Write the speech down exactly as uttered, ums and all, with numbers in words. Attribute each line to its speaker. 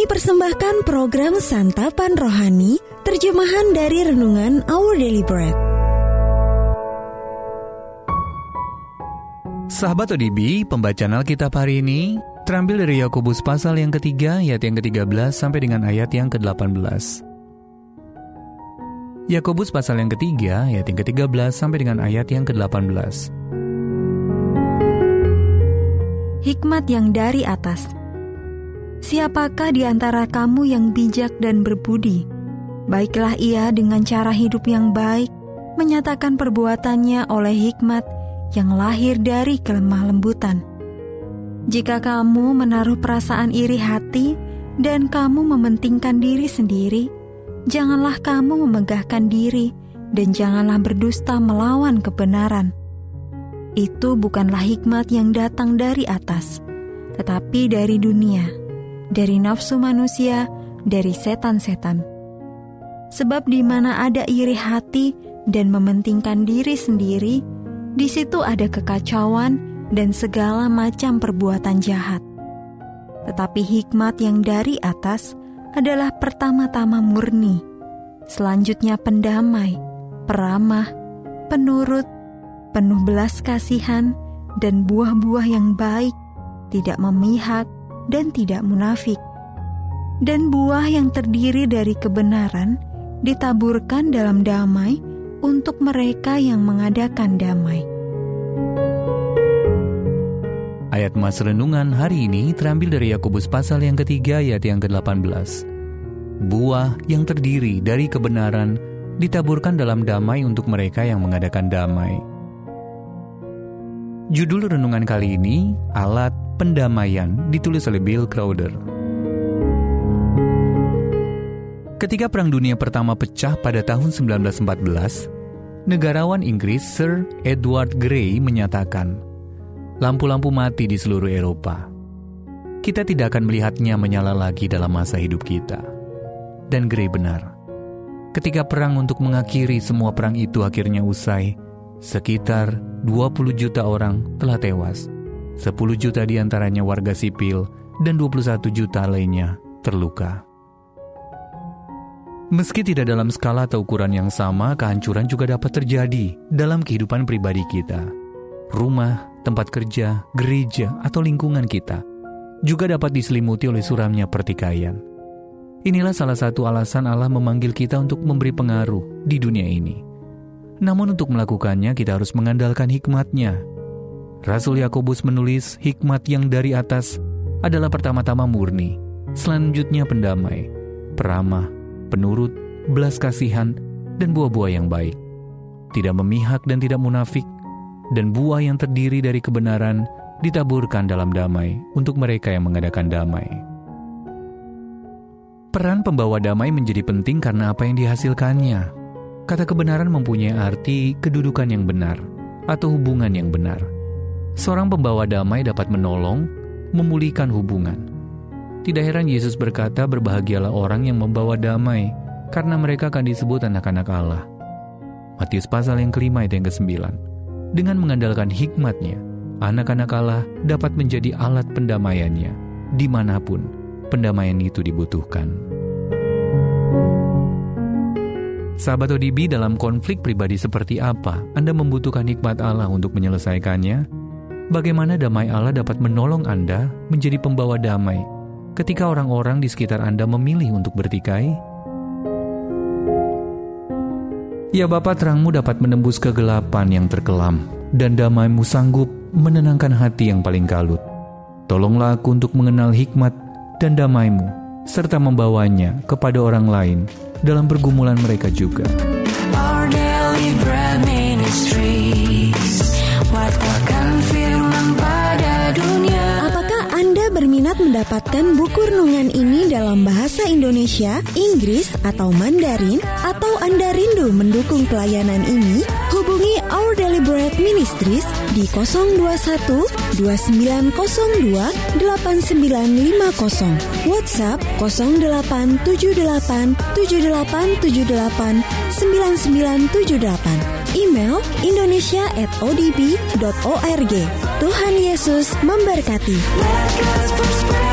Speaker 1: persembahkan program Santapan Rohani, terjemahan dari Renungan Our Daily Bread.
Speaker 2: Sahabat O D B, pembacaan Alkitab hari ini terambil dari Yakobus pasal yang ketiga, ayat yang ketiga belas sampai dengan ayat yang kedelapan belas. Yakobus pasal yang ketiga, ayat yang ketiga belas sampai dengan ayat yang kedelapan belas.
Speaker 3: Hikmat yang dari atas. Siapakah di antara kamu yang bijak dan berbudi? Baiklah ia dengan cara hidup yang baik, menyatakan perbuatannya oleh hikmat yang lahir dari kelemah lembutan. Jika kamu menaruh perasaan iri hati dan kamu mementingkan diri sendiri, janganlah kamu memegahkan diri dan janganlah berdusta melawan kebenaran. Itu bukanlah hikmat yang datang dari atas, tetapi dari dunia, dari nafsu manusia, dari setan-setan. Sebab di mana ada iri hati dan mementingkan diri sendiri, di situ ada kekacauan dan segala macam perbuatan jahat. Tetapi hikmat yang dari atas adalah pertama-tama murni, selanjutnya pendamai, peramah, penurut, penuh belas kasihan, dan buah-buah yang baik, tidak memihak, dan tidak munafik. Dan buah yang terdiri dari kebenaran ditaburkan dalam damai untuk mereka yang mengadakan damai.
Speaker 2: Ayat Mas Renungan hari ini terambil dari Yakobus pasal yang ketiga, ayat yang kedelapan belas. Buah yang terdiri dari kebenaran ditaburkan dalam damai untuk mereka yang mengadakan damai. Judul renungan kali ini, Alat Pendamaian, ditulis oleh Bill Crowder. Ketika Perang Dunia Pertama pecah pada tahun sembilan belas empat belas, negarawan Inggris Sir Edward Grey menyatakan, lampu-lampu mati di seluruh Eropa. Kita tidak akan melihatnya menyala lagi dalam masa hidup kita. Dan Grey benar. Ketika perang untuk mengakhiri semua perang itu akhirnya usai, sekitar dua puluh juta orang telah tewas. sepuluh juta diantaranya warga sipil dan dua puluh satu juta lainnya terluka. Meski tidak dalam skala atau ukuran yang sama, kehancuran juga dapat terjadi dalam kehidupan pribadi kita. Rumah, tempat kerja, gereja, atau lingkungan kita juga dapat diselimuti oleh suramnya pertikaian. Inilah salah satu alasan Allah memanggil kita untuk memberi pengaruh di dunia ini. Namun untuk melakukannya kita harus mengandalkan hikmat-Nya. Rasul Yakobus menulis hikmat yang dari atas adalah pertama-tama murni, selanjutnya pendamai, peramah, penurut, belas kasihan, dan buah-buah yang baik. Tidak memihak dan tidak munafik, dan buah yang terdiri dari kebenaran ditaburkan dalam damai untuk mereka yang mengadakan damai. Peran pembawa damai menjadi penting karena apa yang dihasilkannya. Kata kebenaran mempunyai arti kedudukan yang benar atau hubungan yang benar. Seorang pembawa damai dapat menolong, memulihkan hubungan. Tidak heran Yesus berkata, berbahagialah orang yang membawa damai, karena mereka akan disebut anak-anak Allah. Matius pasal yang kelima ayat yang kesembilan. Dengan mengandalkan hikmat-Nya, anak-anak Allah dapat menjadi alat pendamaiannya, dimanapun pendamaian itu dibutuhkan. Sahabat O D B, dalam konflik pribadi seperti apa Anda membutuhkan hikmat Allah untuk menyelesaikannya? Bagaimana damai Allah dapat menolong Anda menjadi pembawa damai ketika orang-orang di sekitar Anda memilih untuk bertikai? Ya Bapa, terangmu dapat menembus kegelapan yang terkelam, dan damai-Mu sanggup menenangkan hati yang paling kalut. Tolonglah aku untuk mengenal hikmat dan damai-Mu, serta membawanya kepada orang lain dalam pergumulan mereka juga.
Speaker 4: Our Daily Bread Ministries, watakkan firman pada dunia.
Speaker 1: Apakah Anda berminat mendapatkan buku renungan ini dalam bahasa Indonesia, Inggris, atau Mandarin? Atau Anda rindu mendukung pelayanan ini? Hubungi Our Daily Bread Ministries di nol dua satu dua sembilan nol dua delapan sembilan lima nol, WhatsApp nol delapan tujuh delapan tujuh delapan tujuh delapan sembilan sembilan tujuh delapan, email indonesia at o d b dot org. Tuhan Yesus memberkati.
Speaker 4: Let God's prosper.